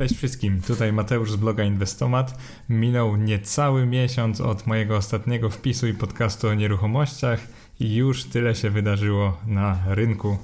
Cześć wszystkim, tutaj Mateusz z bloga Inwestomat. Minął niecały miesiąc od mojego ostatniego wpisu i podcastu o nieruchomościach i już tyle się wydarzyło na rynku.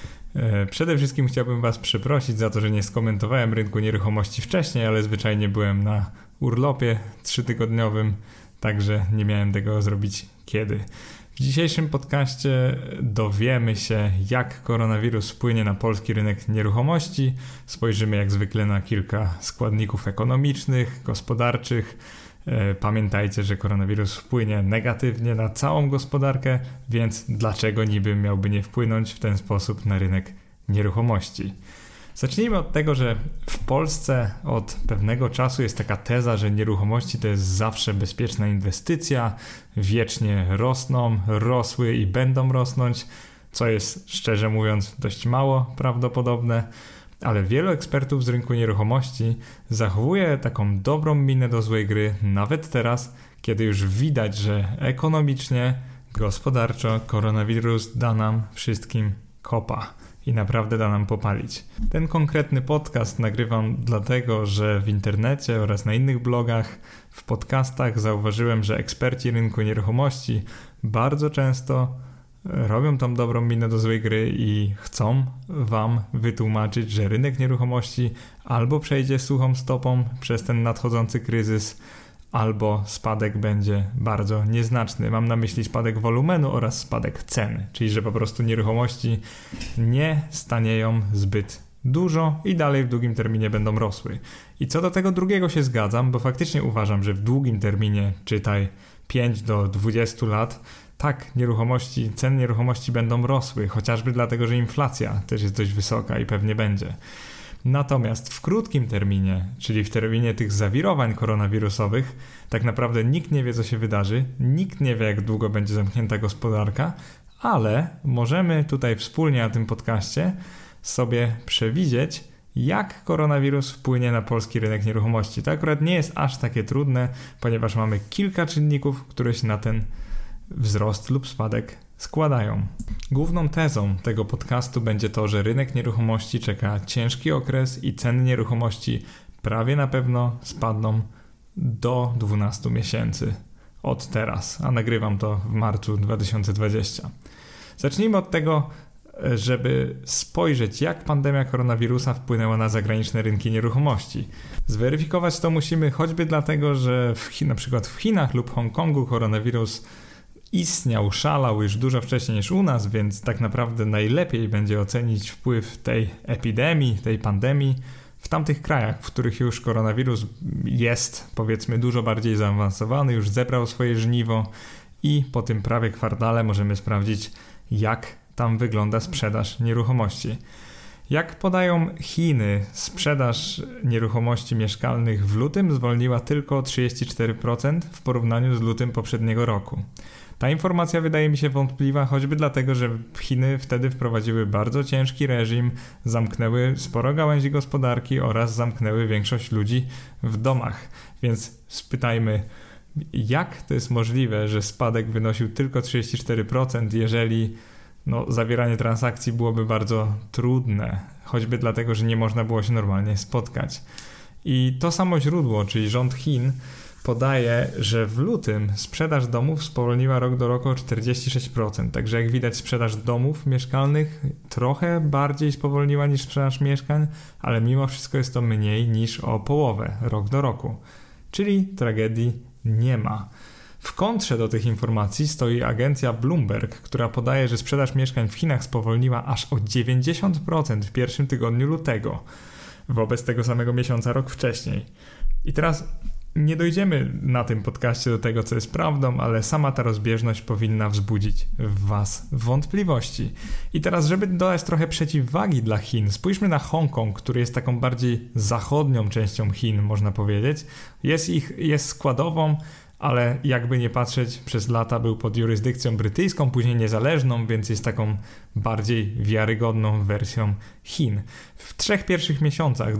Przede wszystkim chciałbym Was przeprosić za to, że nie skomentowałem rynku nieruchomości wcześniej, ale zwyczajnie byłem na urlopie 3-tygodniowym, także nie miałem tego zrobić kiedy. W dzisiejszym podcaście dowiemy się, jak koronawirus wpłynie na polski rynek nieruchomości. Spojrzymy jak zwykle na kilka składników ekonomicznych, gospodarczych. Pamiętajcie, że koronawirus wpłynie negatywnie na całą gospodarkę, więc dlaczego niby miałby nie wpłynąć w ten sposób na rynek nieruchomości? Zacznijmy od tego, że w Polsce od pewnego czasu jest taka teza, że nieruchomości to jest zawsze bezpieczna inwestycja, wiecznie rosną, rosły i będą rosnąć, co jest szczerze mówiąc dość mało prawdopodobne, ale wielu ekspertów z rynku nieruchomości zachowuje taką dobrą minę do złej gry nawet teraz, kiedy już widać, że ekonomicznie, gospodarczo koronawirus da nam wszystkim kopa. I naprawdę da nam popalić. Ten konkretny podcast nagrywam dlatego, że w internecie oraz na innych blogach, w podcastach zauważyłem, że eksperci rynku nieruchomości bardzo często robią tą dobrą minę do złej gry i chcą Wam wytłumaczyć, że rynek nieruchomości albo przejdzie suchą stopą przez ten nadchodzący kryzys, albo spadek będzie bardzo nieznaczny. Mam na myśli spadek wolumenu oraz spadek cen, czyli że po prostu nieruchomości nie stanieją zbyt dużo i dalej w długim terminie będą rosły. I co do tego drugiego się zgadzam, bo faktycznie uważam, że w długim terminie, czytaj 5 do 20 lat, tak, ceny nieruchomości będą rosły, chociażby dlatego, że inflacja też jest dość wysoka i pewnie będzie. Natomiast w krótkim terminie, czyli w terminie tych zawirowań koronawirusowych, tak naprawdę nikt nie wie, co się wydarzy, nikt nie wie, jak długo będzie zamknięta gospodarka, ale możemy tutaj wspólnie na tym podcaście sobie przewidzieć, jak koronawirus wpłynie na polski rynek nieruchomości. To akurat nie jest aż takie trudne, ponieważ mamy kilka czynników, które się na ten wzrost lub spadek składają. Główną tezą tego podcastu będzie to, że rynek nieruchomości czeka ciężki okres i ceny nieruchomości prawie na pewno spadną do 12 miesięcy od teraz, a nagrywam to w marcu 2020. Zacznijmy od tego, żeby spojrzeć, jak pandemia koronawirusa wpłynęła na zagraniczne rynki nieruchomości. Zweryfikować to musimy choćby dlatego, że na przykład w Chinach lub Hongkongu koronawirus istniał, szalał już dużo wcześniej niż u nas, więc tak naprawdę najlepiej będzie ocenić wpływ tej epidemii, tej pandemii w tamtych krajach, w których już koronawirus jest, powiedzmy, dużo bardziej zaawansowany, już zebrał swoje żniwo i po tym prawie kwartale możemy sprawdzić, jak tam wygląda sprzedaż nieruchomości. Jak podają Chiny, sprzedaż nieruchomości mieszkalnych w lutym zwolniła tylko o 34% w porównaniu z lutym poprzedniego roku. Ta informacja wydaje mi się wątpliwa, choćby dlatego, że Chiny wtedy wprowadziły bardzo ciężki reżim, zamknęły sporo gałęzi gospodarki oraz zamknęły większość ludzi w domach. Więc spytajmy, jak to jest możliwe, że spadek wynosił tylko 34%, jeżeli zawieranie transakcji byłoby bardzo trudne, choćby dlatego, że nie można było się normalnie spotkać. I to samo źródło, czyli rząd Chin, podaje, że w lutym sprzedaż domów spowolniła rok do roku o 46%. Także jak widać, sprzedaż domów mieszkalnych trochę bardziej spowolniła niż sprzedaż mieszkań, ale mimo wszystko jest to mniej niż o połowę rok do roku. Czyli tragedii nie ma. W kontrze do tych informacji stoi agencja Bloomberg, która podaje, że sprzedaż mieszkań w Chinach spowolniła aż o 90% w pierwszym tygodniu lutego, wobec tego samego miesiąca rok wcześniej. I teraz nie dojdziemy na tym podcaście do tego, co jest prawdą, ale sama ta rozbieżność powinna wzbudzić w Was wątpliwości. I teraz, żeby dodać trochę przeciwwagi dla Chin, spójrzmy na Hongkong, który jest taką bardziej zachodnią częścią Chin, można powiedzieć. Jest składową, ale jakby nie patrzeć, przez lata był pod jurysdykcją brytyjską, później niezależną, więc jest taką bardziej wiarygodną wersją Chin. W 3 pierwszych miesiącach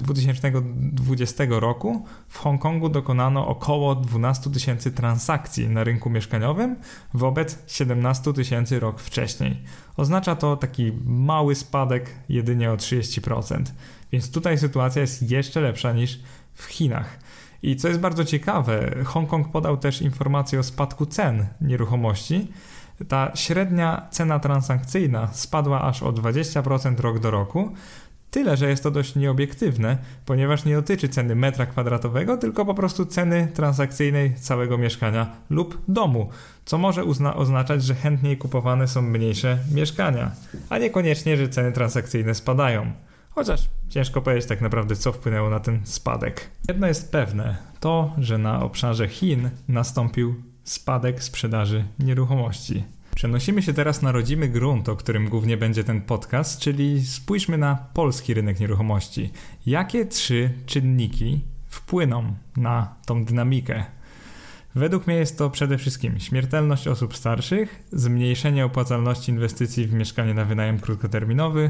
2020 roku w Hongkongu dokonano około 12 000 transakcji na rynku mieszkaniowym wobec 17 000 rok wcześniej. Oznacza to taki mały spadek jedynie o 30%, więc tutaj sytuacja jest jeszcze lepsza niż w Chinach. I co jest bardzo ciekawe, Hongkong podał też informację o spadku cen nieruchomości. Ta średnia cena transakcyjna spadła aż o 20% rok do roku. Tyle, że jest to dość nieobiektywne, ponieważ nie dotyczy ceny metra kwadratowego, tylko po prostu ceny transakcyjnej całego mieszkania lub domu, co może oznaczać, że chętniej kupowane są mniejsze mieszkania, a niekoniecznie, że ceny transakcyjne spadają. Chociaż ciężko powiedzieć tak naprawdę, co wpłynęło na ten spadek. Jedno jest pewne, to, że na obszarze Chin nastąpił spadek sprzedaży nieruchomości. Przenosimy się teraz na rodzimy grunt, o którym głównie będzie ten podcast, czyli spójrzmy na polski rynek nieruchomości. Jakie 3 czynniki wpłyną na tą dynamikę? Według mnie jest to przede wszystkim śmiertelność osób starszych, zmniejszenie opłacalności inwestycji w mieszkanie na wynajem krótkoterminowy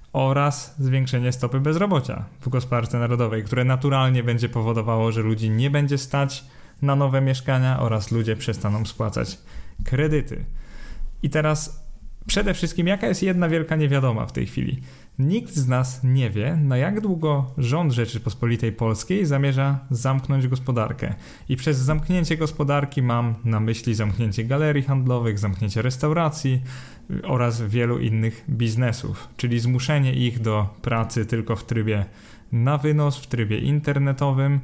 oraz zwiększenie stopy bezrobocia w gospodarce narodowej, które naturalnie będzie powodowało, że ludzi nie będzie stać na nowe mieszkania oraz ludzie przestaną spłacać kredyty. I teraz przede wszystkim jaka jest jedna wielka niewiadoma w tej chwili? Nikt z nas nie wie, na jak długo rząd Rzeczypospolitej Polskiej zamierza zamknąć gospodarkę. I przez zamknięcie gospodarki mam na myśli zamknięcie galerii handlowych, zamknięcie restauracji oraz wielu innych biznesów, czyli zmuszenie ich do pracy tylko w trybie na wynos, w trybie internetowym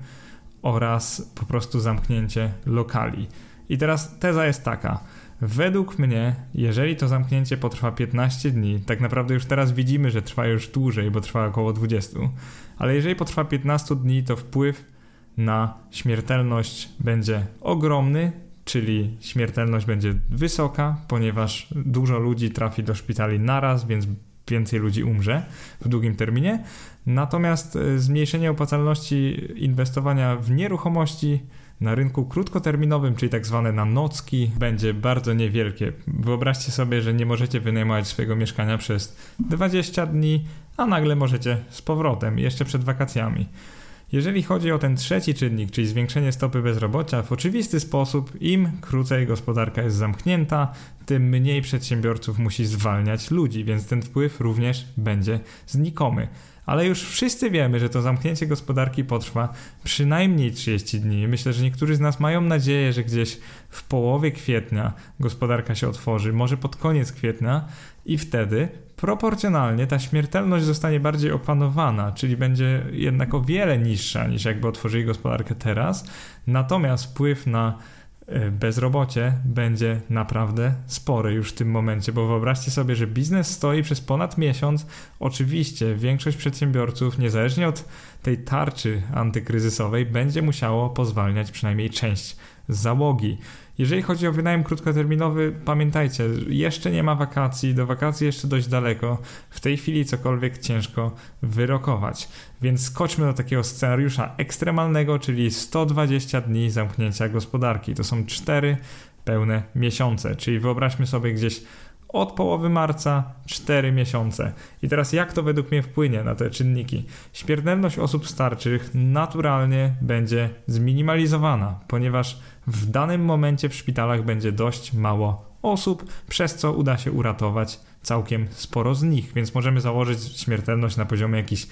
oraz po prostu zamknięcie lokali. I teraz teza jest taka. Według mnie, jeżeli to zamknięcie potrwa 15 dni, tak naprawdę już teraz widzimy, że trwa już dłużej, bo trwa około 20, ale jeżeli potrwa 15 dni, to wpływ na śmiertelność będzie ogromny, czyli śmiertelność będzie wysoka, ponieważ dużo ludzi trafi do szpitali naraz, więc więcej ludzi umrze w długim terminie. Natomiast zmniejszenie opłacalności inwestowania w nieruchomości na rynku krótkoterminowym, czyli tak zwane na nocki, będzie bardzo niewielkie. Wyobraźcie sobie, że nie możecie wynajmować swojego mieszkania przez 20 dni, a nagle możecie z powrotem, jeszcze przed wakacjami. Jeżeli chodzi o ten trzeci czynnik, czyli zwiększenie stopy bezrobocia, w oczywisty sposób im krócej gospodarka jest zamknięta, tym mniej przedsiębiorców musi zwalniać ludzi, więc ten wpływ również będzie znikomy. Ale już wszyscy wiemy, że to zamknięcie gospodarki potrwa przynajmniej 30 dni. Myślę, że niektórzy z nas mają nadzieję, że gdzieś w połowie kwietnia gospodarka się otworzy, może pod koniec kwietnia i wtedy proporcjonalnie ta śmiertelność zostanie bardziej opanowana, czyli będzie jednak o wiele niższa niż jakby otworzyli gospodarkę teraz. Natomiast wpływ na bezrobocie będzie naprawdę spory już w tym momencie, bo wyobraźcie sobie, że biznes stoi przez ponad miesiąc. Oczywiście większość przedsiębiorców, niezależnie od tej tarczy antykryzysowej, będzie musiało pozwalniać przynajmniej część załogi. Jeżeli chodzi o wynajem krótkoterminowy, pamiętajcie, jeszcze nie ma wakacji, do wakacji jeszcze dość daleko, w tej chwili cokolwiek ciężko wyrokować. Więc skoczmy do takiego scenariusza ekstremalnego, czyli 120 dni zamknięcia gospodarki. To są 4 pełne miesiące, czyli wyobraźmy sobie gdzieś od połowy marca 4 miesiące. I teraz jak to według mnie wpłynie na te czynniki? Śmiertelność osób starszych naturalnie będzie zminimalizowana, ponieważ w danym momencie w szpitalach będzie dość mało osób, przez co uda się uratować całkiem sporo z nich, więc możemy założyć śmiertelność na poziomie jakichś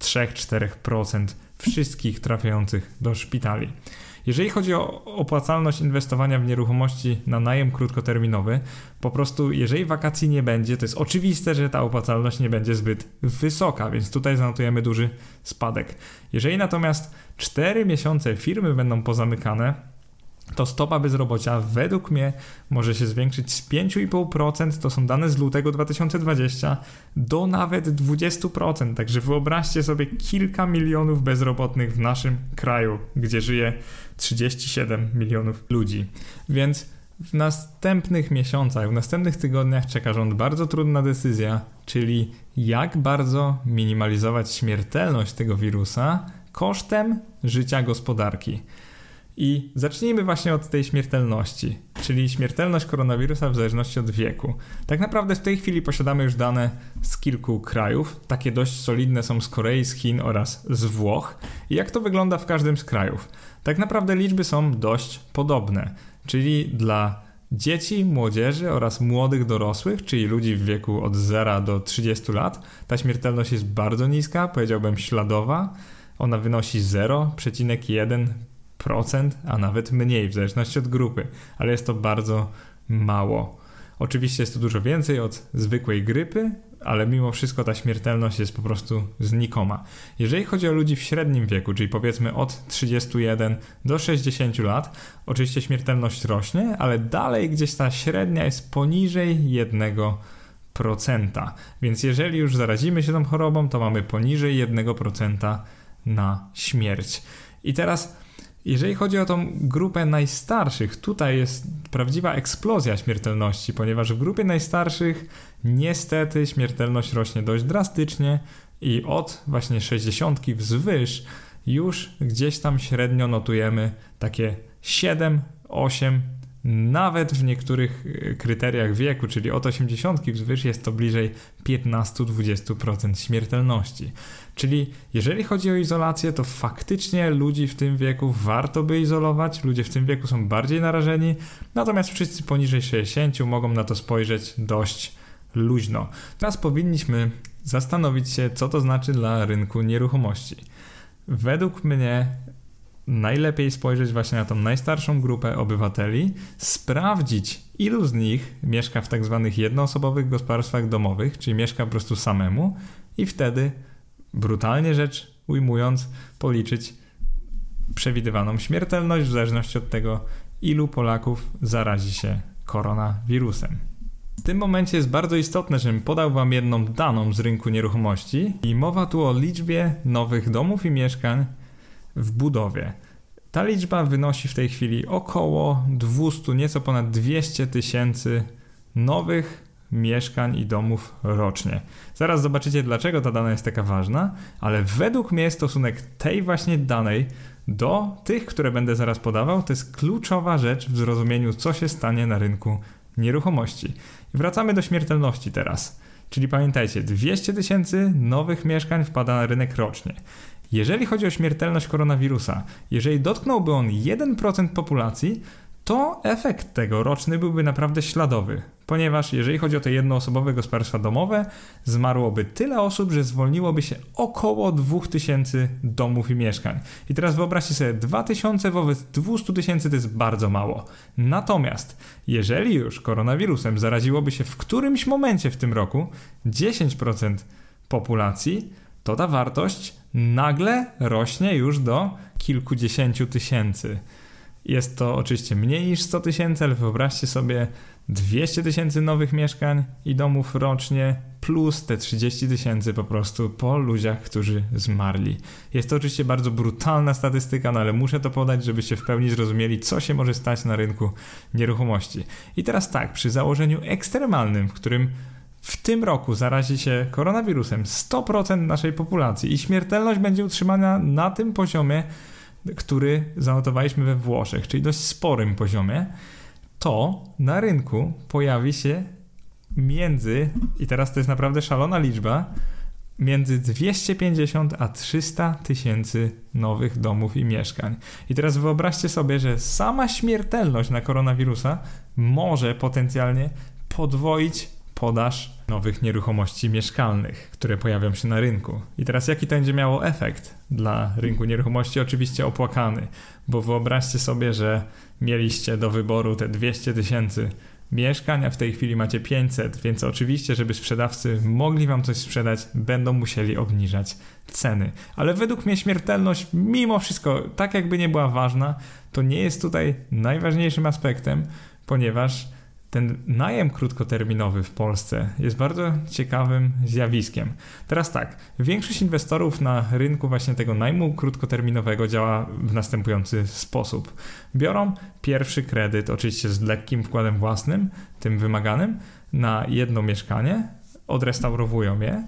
3-4% wszystkich trafiających do szpitali. Jeżeli chodzi o opłacalność inwestowania w nieruchomości na najem krótkoterminowy, po prostu jeżeli wakacji nie będzie, to jest oczywiste, że ta opłacalność nie będzie zbyt wysoka, więc tutaj zanotujemy duży spadek. Jeżeli natomiast 4 miesiące firmy będą pozamykane, to stopa bezrobocia według mnie może się zwiększyć z 5,5%, to są dane z lutego 2020, do nawet 20%. Także wyobraźcie sobie kilka milionów bezrobotnych w naszym kraju, gdzie żyje 37 milionów ludzi. Więc w następnych miesiącach, w następnych tygodniach czeka rząd bardzo trudna decyzja, czyli jak bardzo minimalizować śmiertelność tego wirusa kosztem życia gospodarki. I zacznijmy właśnie od tej śmiertelności, czyli śmiertelność koronawirusa w zależności od wieku. Tak naprawdę w tej chwili posiadamy już dane z kilku krajów. Takie dość solidne są z Korei, z Chin oraz z Włoch. I jak to wygląda w każdym z krajów? Tak naprawdę liczby są dość podobne, czyli dla dzieci, młodzieży oraz młodych dorosłych, czyli ludzi w wieku od 0 do 30 lat, ta śmiertelność jest bardzo niska, powiedziałbym śladowa. Ona wynosi 0,1%, a nawet mniej, w zależności od grupy, ale jest to bardzo mało. Oczywiście jest to dużo więcej od zwykłej grypy, ale mimo wszystko ta śmiertelność jest po prostu znikoma. Jeżeli chodzi o ludzi w średnim wieku, czyli powiedzmy od 31 do 60 lat, oczywiście śmiertelność rośnie, ale dalej gdzieś ta średnia jest poniżej 1%. Więc jeżeli już zarazimy się tą chorobą, to mamy poniżej 1% na śmierć. I teraz jeżeli chodzi o tą grupę najstarszych, tutaj jest prawdziwa eksplozja śmiertelności, ponieważ w grupie najstarszych niestety śmiertelność rośnie dość drastycznie i od właśnie 60 wzwyż już gdzieś tam średnio notujemy takie 7, 8, nawet w niektórych kryteriach wieku, czyli od 80 wzwyż jest to bliżej 15-20% śmiertelności. Czyli jeżeli chodzi o izolację, to faktycznie ludzi w tym wieku warto by izolować, ludzie w tym wieku są bardziej narażeni, natomiast wszyscy poniżej 60 mogą na to spojrzeć dość luźno. Teraz powinniśmy zastanowić się, co to znaczy dla rynku nieruchomości. Według mnie najlepiej spojrzeć właśnie na tą najstarszą grupę obywateli, sprawdzić, ilu z nich mieszka w tak zwanych jednoosobowych gospodarstwach domowych, czyli mieszka po prostu samemu i wtedy, brutalnie rzecz ujmując, policzyć przewidywaną śmiertelność w zależności od tego, ilu Polaków zarazi się koronawirusem. W tym momencie jest bardzo istotne, żebym podał Wam jedną daną z rynku nieruchomości i mowa tu o liczbie nowych domów i mieszkań w budowie. Ta liczba wynosi w tej chwili około 200, nieco ponad 200 tysięcy nowych mieszkań i domów rocznie. Zaraz zobaczycie, dlaczego ta dana jest taka ważna, ale według mnie stosunek tej właśnie danej do tych, które będę zaraz podawał, to jest kluczowa rzecz w zrozumieniu, co się stanie na rynku nieruchomości. I wracamy do śmiertelności teraz. Czyli pamiętajcie, 200 tysięcy nowych mieszkań wpada na rynek rocznie. Jeżeli chodzi o śmiertelność koronawirusa, jeżeli dotknąłby on 1% populacji, to efekt tego roczny byłby naprawdę śladowy, ponieważ jeżeli chodzi o te jednoosobowe gospodarstwa domowe, zmarłoby tyle osób, że zwolniłoby się około 2000 domów i mieszkań. I teraz wyobraźcie sobie, 2000 wobec 200 tysięcy to jest bardzo mało. Natomiast jeżeli już koronawirusem zaraziłoby się w którymś momencie w tym roku 10% populacji, to ta wartość nagle rośnie już do kilkudziesięciu tysięcy. Jest to oczywiście mniej niż 100 tysięcy, ale wyobraźcie sobie 200 tysięcy nowych mieszkań i domów rocznie plus te 30 tysięcy po prostu po ludziach, którzy zmarli. Jest to oczywiście bardzo brutalna statystyka, no ale muszę to podać, żebyście w pełni zrozumieli, co się może stać na rynku nieruchomości. I teraz tak, przy założeniu ekstremalnym, w którym w tym roku zarazi się koronawirusem 100% naszej populacji i śmiertelność będzie utrzymana na tym poziomie, który zanotowaliśmy we Włoszech, czyli dość sporym poziomie, to na rynku pojawi się i teraz to jest naprawdę szalona liczba, między 250 a 300 tysięcy nowych domów i mieszkań. I teraz wyobraźcie sobie, że sama śmiertelność na koronawirusa może potencjalnie podwoić podaż nowych nieruchomości mieszkalnych, które pojawią się na rynku. I teraz jaki to będzie miało efekt dla rynku nieruchomości? Oczywiście opłakany, bo wyobraźcie sobie, że mieliście do wyboru te 200 tysięcy mieszkań, a w tej chwili macie 500, więc oczywiście, żeby sprzedawcy mogli wam coś sprzedać, będą musieli obniżać ceny. Ale według mnie śmiertelność, mimo wszystko, tak jakby nie była ważna, to nie jest tutaj najważniejszym aspektem, ponieważ ten najem krótkoterminowy w Polsce jest bardzo ciekawym zjawiskiem. Teraz tak, większość inwestorów na rynku właśnie tego najmu krótkoterminowego działa w następujący sposób. Biorą pierwszy kredyt, oczywiście z lekkim wkładem własnym, tym wymaganym, na jedno mieszkanie, odrestaurowują je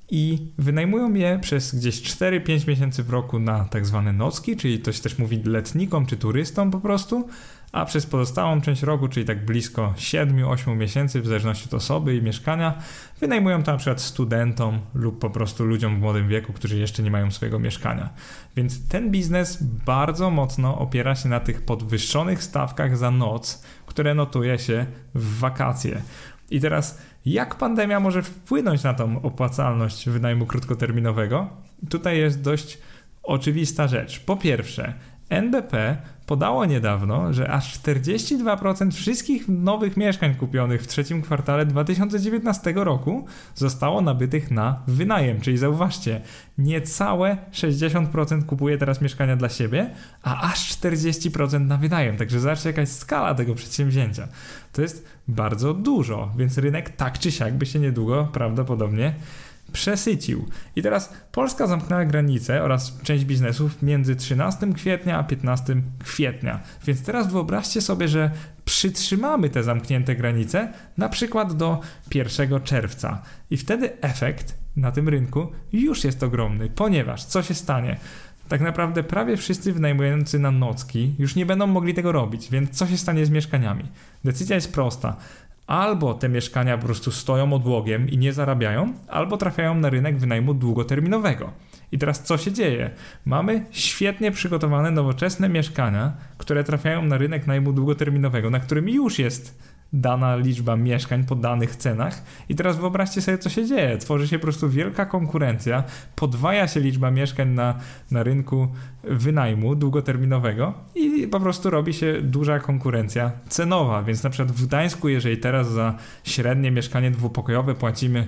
i wynajmują je przez gdzieś 4-5 miesięcy w roku na tak zwane nocki, czyli to się też mówi letnikom czy turystom po prostu, a przez pozostałą część roku, czyli tak blisko 7-8 miesięcy, w zależności od osoby i mieszkania, wynajmują to na przykład studentom lub po prostu ludziom w młodym wieku, którzy jeszcze nie mają swojego mieszkania. Więc ten biznes bardzo mocno opiera się na tych podwyższonych stawkach za noc, które notuje się w wakacje. I teraz jak pandemia może wpłynąć na tą opłacalność wynajmu krótkoterminowego? Tutaj jest dość oczywista rzecz. Po pierwsze, NBP podało niedawno, że aż 42% wszystkich nowych mieszkań kupionych w trzecim kwartale 2019 roku zostało nabytych na wynajem. Czyli zauważcie, niecałe 60% kupuje teraz mieszkania dla siebie, a aż 40% na wynajem. Także zobaczcie, jaka jest skala tego przedsięwzięcia. To jest bardzo dużo, więc rynek tak czy siak by się niedługo prawdopodobnie przesycił. I teraz Polska zamknęła granice oraz część biznesów między 13 kwietnia a 15 kwietnia. Więc teraz wyobraźcie sobie, że przytrzymamy te zamknięte granice na przykład do 1 czerwca. I wtedy efekt na tym rynku już jest ogromny, ponieważ co się stanie? Tak naprawdę prawie wszyscy wynajmujący na nocki już nie będą mogli tego robić, więc co się stanie z mieszkaniami? Decyzja jest prosta. Albo te mieszkania po prostu stoją odłogiem i nie zarabiają, albo trafiają na rynek wynajmu długoterminowego. I teraz co się dzieje? Mamy świetnie przygotowane, nowoczesne mieszkania, które trafiają na rynek najmu długoterminowego, na którym już jest dana liczba mieszkań po danych cenach. I teraz wyobraźcie sobie, co się dzieje. Tworzy się po prostu wielka konkurencja, podwaja się liczba mieszkań na rynku wynajmu długoterminowego i po prostu robi się duża konkurencja cenowa. Więc na przykład w Gdańsku, jeżeli teraz za średnie mieszkanie dwupokojowe płacimy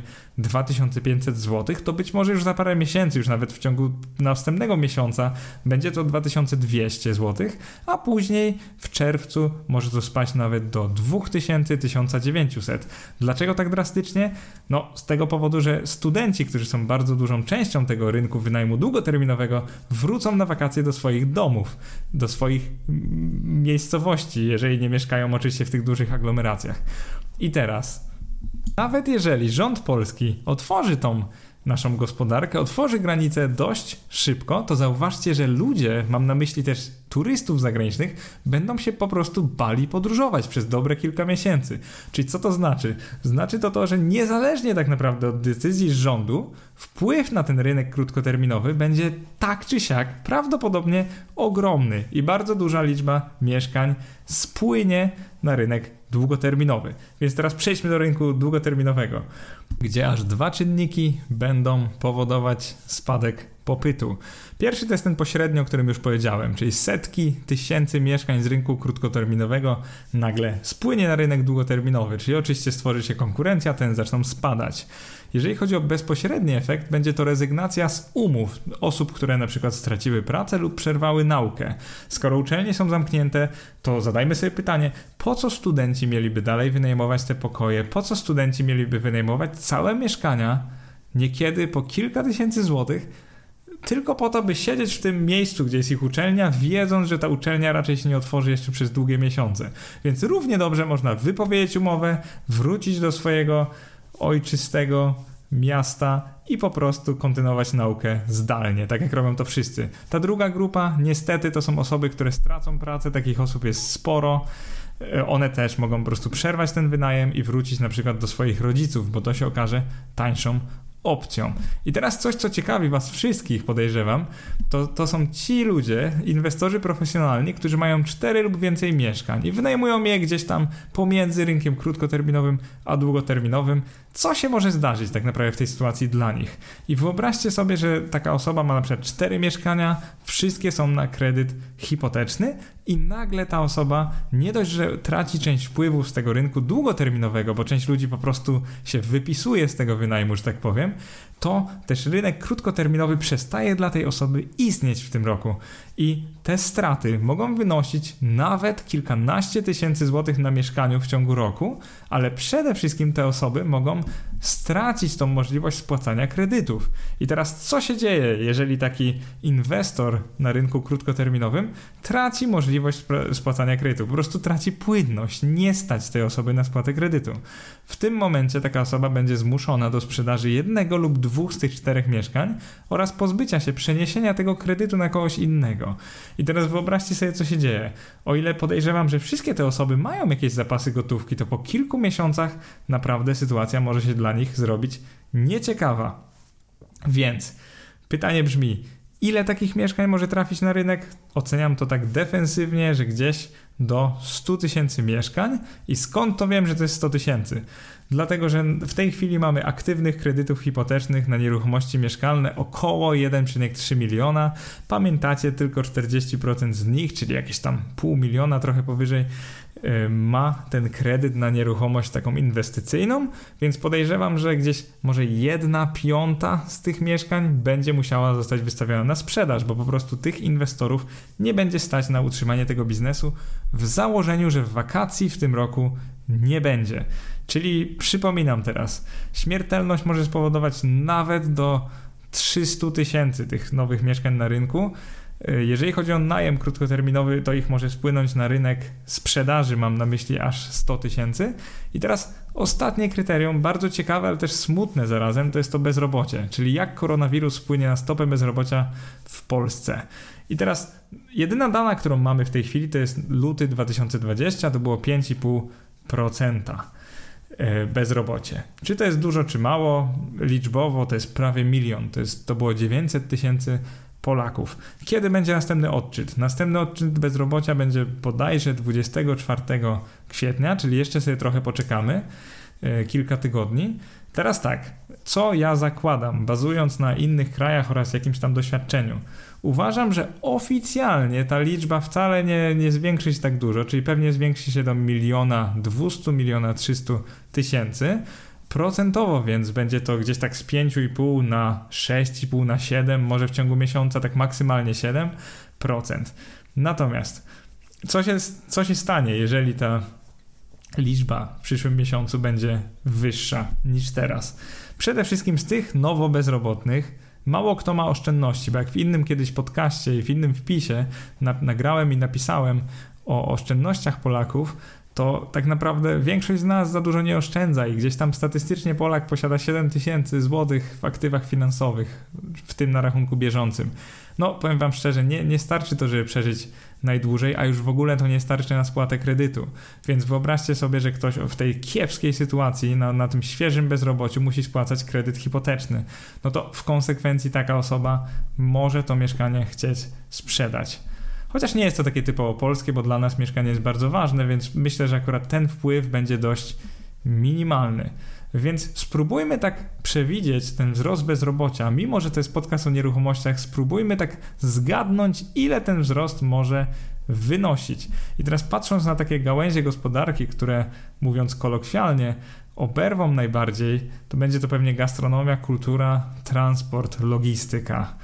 2500 zł, to być może już za parę miesięcy, już nawet w ciągu następnego miesiąca będzie to 2200 zł, a później w czerwcu może to spaść nawet do 1900. Dlaczego tak drastycznie? No z tego powodu, że studenci, którzy są bardzo dużą częścią tego rynku wynajmu długoterminowego, wrócą na wakacje do swoich domów, do swoich miejscowości, jeżeli nie mieszkają oczywiście w tych dużych aglomeracjach. I teraz, nawet jeżeli rząd polski otworzy tą naszą gospodarkę, otworzy granice dość szybko, to zauważcie, że ludzie, mam na myśli też turystów zagranicznych, będą się po prostu bali podróżować przez dobre kilka miesięcy. Czyli co to znaczy? Znaczy to, że niezależnie tak naprawdę od decyzji rządu, wpływ na ten rynek krótkoterminowy będzie tak czy siak prawdopodobnie ogromny i bardzo duża liczba mieszkań spłynie na rynek długoterminowy. Więc teraz przejdźmy do rynku długoterminowego, gdzie aż 2 czynniki będą powodować spadek popytu. Pierwszy to jest ten pośrednio, o którym już powiedziałem, czyli setki tysięcy mieszkań z rynku krótkoterminowego nagle spłynie na rynek długoterminowy, czyli oczywiście stworzy się konkurencja, ten zaczną spadać. Jeżeli chodzi o bezpośredni efekt, będzie to rezygnacja z umów osób, które na przykład straciły pracę lub przerwały naukę. Skoro uczelnie są zamknięte, to zadajmy sobie pytanie, po co studenci mieliby dalej wynajmować te pokoje, po co studenci mieliby wynajmować całe mieszkania, niekiedy po kilka tysięcy złotych, tylko po to, by siedzieć w tym miejscu, gdzie jest ich uczelnia, wiedząc, że ta uczelnia raczej się nie otworzy jeszcze przez długie miesiące. Więc równie dobrze można wypowiedzieć umowę, wrócić do swojego ojczystego miasta i po prostu kontynuować naukę zdalnie, tak jak robią to wszyscy. Ta druga grupa, niestety, to są osoby, które stracą pracę, takich osób jest sporo. One też mogą po prostu przerwać ten wynajem i wrócić na przykład do swoich rodziców, bo to się okaże tańszą opcją. I teraz coś, co ciekawi was wszystkich, podejrzewam, to są ci ludzie, inwestorzy profesjonalni, którzy mają 4 lub więcej mieszkań i wynajmują je gdzieś tam pomiędzy rynkiem krótkoterminowym a długoterminowym. Co się może zdarzyć tak naprawdę w tej sytuacji dla nich? I wyobraźcie sobie, że taka osoba ma na przykład 4 mieszkania, wszystkie są na kredyt hipoteczny i nagle ta osoba nie dość, że traci część wpływów z tego rynku długoterminowego, bo część ludzi po prostu się wypisuje z tego wynajmu, że tak powiem, to też rynek krótkoterminowy przestaje dla tej osoby istnieć w tym roku. I te straty mogą wynosić nawet kilkanaście tysięcy złotych na mieszkaniu w ciągu roku, ale przede wszystkim te osoby mogą stracić tą możliwość spłacania kredytów. I teraz co się dzieje, jeżeli taki inwestor na rynku krótkoterminowym traci możliwość spłacania kredytu? Po prostu traci płynność, nie stać tej osoby na spłatę kredytu. W tym momencie taka osoba będzie zmuszona do sprzedaży 1 lub 2 2 z tych 4 mieszkań oraz pozbycia się, przeniesienia tego kredytu na kogoś innego. I teraz wyobraźcie sobie, co się dzieje. O ile podejrzewam, że wszystkie te osoby mają jakieś zapasy gotówki, to po kilku miesiącach naprawdę sytuacja może się dla nich zrobić nieciekawa. Więc pytanie brzmi, ile takich mieszkań może trafić na rynek? Oceniam to tak defensywnie, że gdzieś do 100 000 mieszkań. I skąd to wiem, że to jest 100 000? Dlatego, że w tej chwili mamy aktywnych kredytów hipotecznych na nieruchomości mieszkalne około 1,3 miliona. Pamiętacie, tylko 40% z nich, czyli jakieś tam 500 000, trochę powyżej, ma ten kredyt na nieruchomość taką inwestycyjną, więc podejrzewam, że gdzieś może 1/5 z tych mieszkań będzie musiała zostać wystawiona na sprzedaż, bo po prostu tych inwestorów nie będzie stać na utrzymanie tego biznesu w założeniu, że wakacji w tym roku nie będzie. Czyli przypominam teraz, śmiertelność może spowodować nawet do 300 000 tych nowych mieszkań na rynku. Jeżeli chodzi o najem krótkoterminowy, to ich może spłynąć na rynek sprzedaży, mam na myśli aż 100 000. I teraz ostatnie kryterium, bardzo ciekawe, ale też smutne zarazem, to jest to bezrobocie, czyli jak koronawirus wpłynie na stopę bezrobocia w Polsce. I teraz jedyna dana, którą mamy w tej chwili, to jest luty 2020, to było 5,5% bezrobocie. Czy to jest dużo, czy mało? Liczbowo to jest prawie 1 000 000, to było 900 000 Polaków. Kiedy będzie następny odczyt? Następny odczyt bezrobocia będzie bodajże 24 kwietnia, czyli jeszcze sobie trochę poczekamy, kilka tygodni. Teraz tak, co ja zakładam, bazując na innych krajach oraz jakimś tam doświadczeniu? Uważam, że oficjalnie ta liczba wcale nie zwiększy się tak dużo, czyli pewnie zwiększy się do 1 300 000. Procentowo więc będzie to gdzieś tak z 5,5 na 6,5 na 7, może w ciągu miesiąca tak maksymalnie 7%. Natomiast co się stanie, jeżeli ta liczba w przyszłym miesiącu będzie wyższa niż teraz? Przede wszystkim z tych nowo bezrobotnych mało kto ma oszczędności, bo jak w innym kiedyś podcaście i w innym wpisie nagrałem i napisałem o oszczędnościach Polaków, to tak naprawdę większość z nas za dużo nie oszczędza i gdzieś tam statystycznie Polak posiada 7 000 złotych w aktywach finansowych, w tym na rachunku bieżącym. No, powiem wam szczerze, nie starczy to, żeby przeżyć najdłużej, a już w ogóle to nie starczy na spłatę kredytu. Więc wyobraźcie sobie, że ktoś w tej kiepskiej sytuacji, na tym świeżym bezrobociu musi spłacać kredyt hipoteczny. No to w konsekwencji taka osoba może to mieszkanie chcieć sprzedać. Chociaż nie jest to takie typowo polskie, bo dla nas mieszkanie jest bardzo ważne, więc myślę, że akurat ten wpływ będzie dość minimalny. Więc spróbujmy tak przewidzieć ten wzrost bezrobocia, mimo że to jest podcast o nieruchomościach, spróbujmy tak zgadnąć, ile ten wzrost może wynosić. I teraz patrząc na takie gałęzie gospodarki, które, mówiąc kolokwialnie, oberwą najbardziej, to będzie to pewnie gastronomia, kultura, transport, logistyka.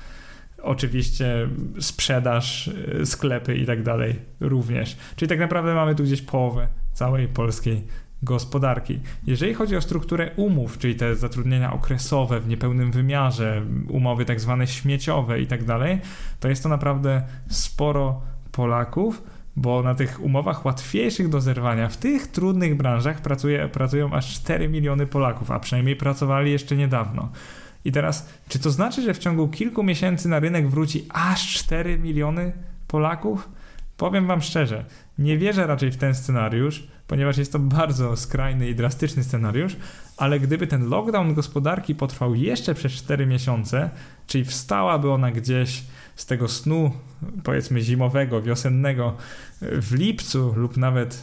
Oczywiście sprzedaż, sklepy i tak dalej również. Czyli tak naprawdę mamy tu gdzieś połowę całej polskiej gospodarki. Jeżeli chodzi o strukturę umów, czyli te zatrudnienia okresowe w niepełnym wymiarze, umowy tak zwane śmieciowe i tak dalej, to jest to naprawdę sporo Polaków, bo na tych umowach łatwiejszych do zerwania w tych trudnych branżach pracują aż 4 miliony Polaków, a przynajmniej pracowali jeszcze niedawno. I teraz, czy to znaczy, że w ciągu kilku miesięcy na rynek wróci aż 4 miliony Polaków? Powiem wam szczerze, nie wierzę raczej w ten scenariusz, ponieważ jest to bardzo skrajny i drastyczny scenariusz, ale gdyby ten lockdown gospodarki potrwał jeszcze przez 4 miesiące, czyli wstałaby ona gdzieś z tego snu, powiedzmy zimowego, wiosennego w lipcu lub nawet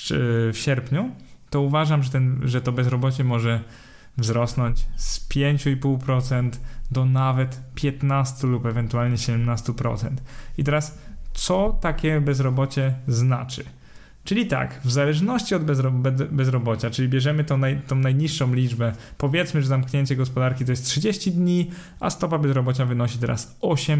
w sierpniu, to uważam, że to bezrobocie może wzrosnąć z 5,5% do nawet 15 lub ewentualnie 17%. I teraz co takie bezrobocie znaczy? Czyli tak, w zależności od bezrobocia, czyli bierzemy tą najniższą liczbę, powiedzmy, że zamknięcie gospodarki to jest 30 dni, a stopa bezrobocia wynosi teraz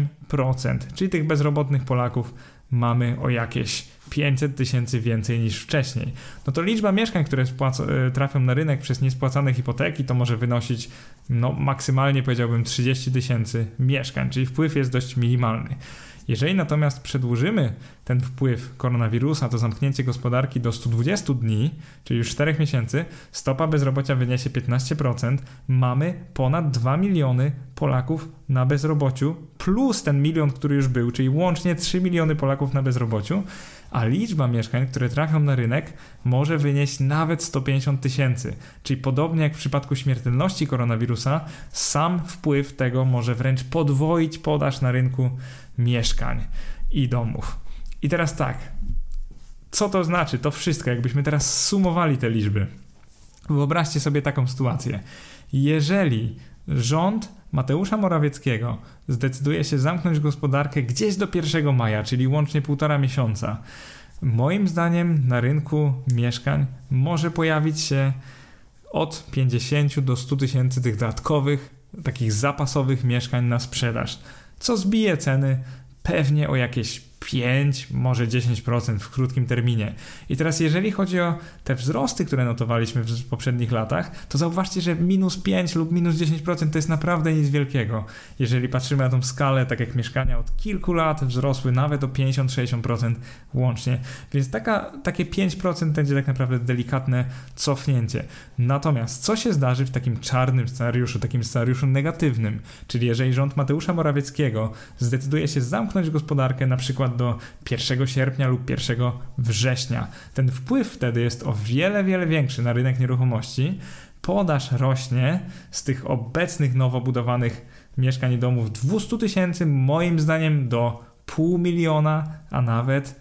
8%, czyli tych bezrobotnych Polaków mamy o jakieś 500 000 więcej niż wcześniej. No to liczba mieszkań, które trafią na rynek przez niespłacane hipoteki, to może wynosić maksymalnie powiedziałbym 30 000 mieszkań, czyli wpływ jest dość minimalny. Jeżeli natomiast przedłużymy ten wpływ koronawirusa, to zamknięcie gospodarki do 120 dni, czyli już 4 miesięcy, stopa bezrobocia wyniesie 15%, mamy ponad 2 miliony Polaków na bezrobociu, plus ten milion, który już był, czyli łącznie 3 miliony Polaków na bezrobociu, a liczba mieszkań, które trafią na rynek, może wynieść nawet 150 tysięcy. Czyli podobnie jak w przypadku śmiertelności koronawirusa, sam wpływ tego może wręcz podwoić podaż na rynku mieszkań i domów. I teraz tak, co to znaczy? To wszystko, jakbyśmy teraz sumowali te liczby. Wyobraźcie sobie taką sytuację. Jeżeli rząd Mateusza Morawieckiego zdecyduje się zamknąć gospodarkę gdzieś do 1 maja, czyli łącznie 1,5 miesiąca, moim zdaniem na rynku mieszkań może pojawić się od 50 do 100 tysięcy tych dodatkowych, takich zapasowych mieszkań na sprzedaż, co zbije ceny pewnie o jakieś 5, może 10% w krótkim terminie. I teraz jeżeli chodzi o te wzrosty, które notowaliśmy w poprzednich latach, to zauważcie, że minus 5 lub minus 10% to jest naprawdę nic wielkiego. Jeżeli patrzymy na tą skalę, tak jak mieszkania od kilku lat wzrosły nawet o 50-60% łącznie. Więc takie 5% będzie tak naprawdę delikatne cofnięcie. Natomiast co się zdarzy w takim czarnym scenariuszu, takim scenariuszu negatywnym? Czyli jeżeli rząd Mateusza Morawieckiego zdecyduje się zamknąć gospodarkę na przykład do 1 sierpnia lub 1 września. Ten wpływ wtedy jest o wiele, wiele większy na rynek nieruchomości. Podaż rośnie z tych obecnych nowo budowanych mieszkań i domów 200 tysięcy, moim zdaniem do 500 000, a nawet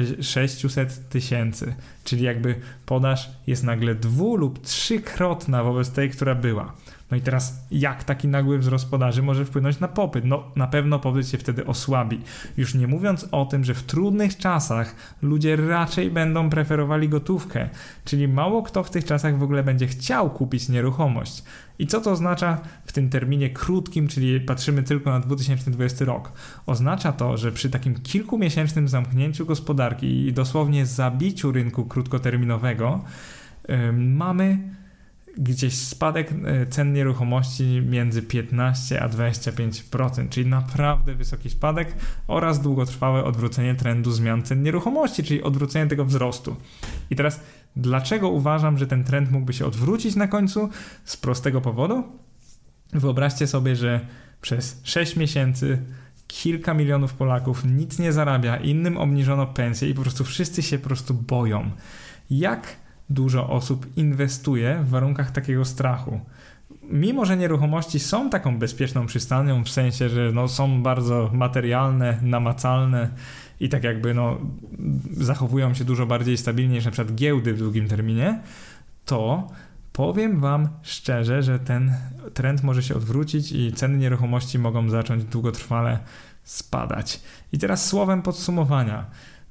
600 tysięcy. Czyli jakby podaż jest nagle 2- lub 3-krotna wobec tej, która była. No i teraz jak taki nagły wzrost podaży może wpłynąć na popyt? No na pewno popyt się wtedy osłabi. Już nie mówiąc o tym, że w trudnych czasach ludzie raczej będą preferowali gotówkę, czyli mało kto w tych czasach w ogóle będzie chciał kupić nieruchomość. I co to oznacza w tym terminie krótkim, czyli patrzymy tylko na 2020 rok? Oznacza to, że przy takim kilkumiesięcznym zamknięciu gospodarki i dosłownie zabiciu rynku krótkoterminowego mamy gdzieś spadek cen nieruchomości między 15 a 25%, czyli naprawdę wysoki spadek oraz długotrwałe odwrócenie trendu zmian cen nieruchomości, czyli odwrócenie tego wzrostu. I teraz dlaczego uważam, że ten trend mógłby się odwrócić na końcu? Z prostego powodu. Wyobraźcie sobie, że przez 6 miesięcy kilka milionów Polaków nic nie zarabia, innym obniżono pensję i po prostu wszyscy się po prostu boją. Jak dużo osób inwestuje w warunkach takiego strachu? Mimo że nieruchomości są taką bezpieczną przystanią, w sensie, że są bardzo materialne, namacalne i tak jakby zachowują się dużo bardziej stabilnie niż na przykład giełdy w długim terminie, to powiem wam szczerze, że ten trend może się odwrócić i ceny nieruchomości mogą zacząć długotrwale spadać. I teraz słowem podsumowania.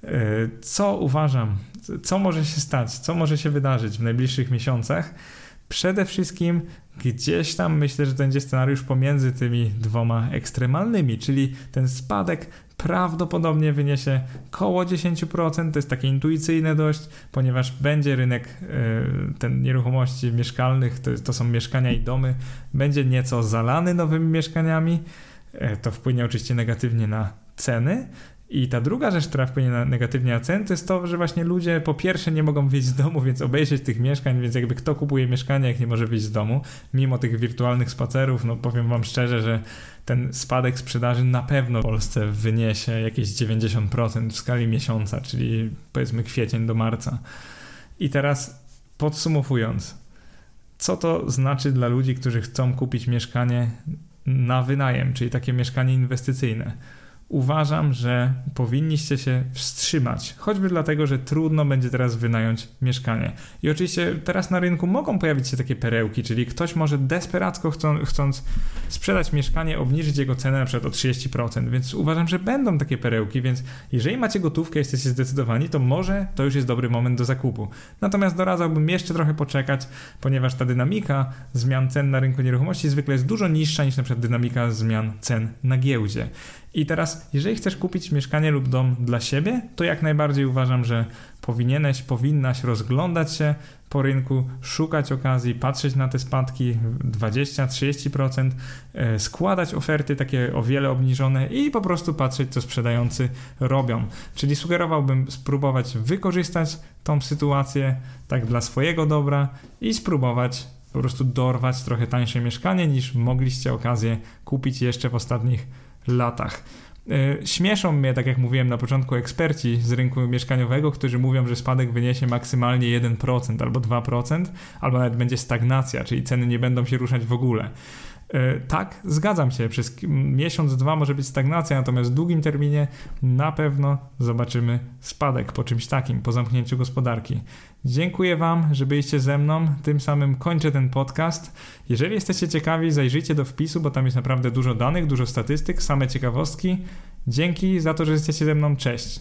Co uważam? Co może się stać? Co może się wydarzyć w najbliższych miesiącach? Przede wszystkim gdzieś tam myślę, że to będzie scenariusz pomiędzy tymi dwoma ekstremalnymi, czyli ten spadek prawdopodobnie wyniesie koło 10%, to jest takie intuicyjne dość, ponieważ będzie rynek ten nieruchomości mieszkalnych, to są mieszkania i domy, będzie nieco zalany nowymi mieszkaniami, to wpłynie oczywiście negatywnie na ceny. I ta druga rzecz, która wpłynie negatywnie na ceny, to jest to, że właśnie ludzie po pierwsze nie mogą wyjść z domu, więc obejrzeć tych mieszkań, więc jakby kto kupuje mieszkanie, jak nie może wyjść z domu, mimo tych wirtualnych spacerów, powiem wam szczerze, że ten spadek sprzedaży na pewno w Polsce wyniesie jakieś 90% w skali miesiąca, czyli powiedzmy kwiecień do marca. I teraz podsumowując, co to znaczy dla ludzi, którzy chcą kupić mieszkanie na wynajem, czyli takie mieszkanie inwestycyjne? Uważam, że powinniście się wstrzymać, choćby dlatego, że trudno będzie teraz wynająć mieszkanie. I oczywiście teraz na rynku mogą pojawić się takie perełki, czyli ktoś może desperacko chcąc sprzedać mieszkanie, obniżyć jego cenę na przykład o 30%, więc uważam, że będą takie perełki, więc jeżeli macie gotówkę, jesteście zdecydowani, to może to już jest dobry moment do zakupu. Natomiast doradzałbym jeszcze trochę poczekać, ponieważ ta dynamika zmian cen na rynku nieruchomości zwykle jest dużo niższa niż na przykład dynamika zmian cen na giełdzie. I teraz, jeżeli chcesz kupić mieszkanie lub dom dla siebie, to jak najbardziej uważam, że powinnaś rozglądać się po rynku, szukać okazji, patrzeć na te spadki 20-30%, składać oferty takie o wiele obniżone i po prostu patrzeć, co sprzedający robią. Czyli sugerowałbym spróbować wykorzystać tą sytuację tak dla swojego dobra i spróbować po prostu dorwać trochę tańsze mieszkanie niż mogliście okazję kupić jeszcze w ostatnich latach. Śmieszą mnie, tak jak mówiłem na początku, eksperci z rynku mieszkaniowego, którzy mówią, że spadek wyniesie maksymalnie 1% albo 2%, albo nawet będzie stagnacja, czyli ceny nie będą się ruszać w ogóle. Tak, zgadzam się, przez miesiąc, dwa może być stagnacja, natomiast w długim terminie na pewno zobaczymy spadek po czymś takim, po zamknięciu gospodarki. Dziękuję Wam, że byliście ze mną, tym samym kończę ten podcast. Jeżeli jesteście ciekawi, zajrzyjcie do wpisu, bo tam jest naprawdę dużo danych, dużo statystyk, same ciekawostki. Dzięki za to, że jesteście ze mną, cześć!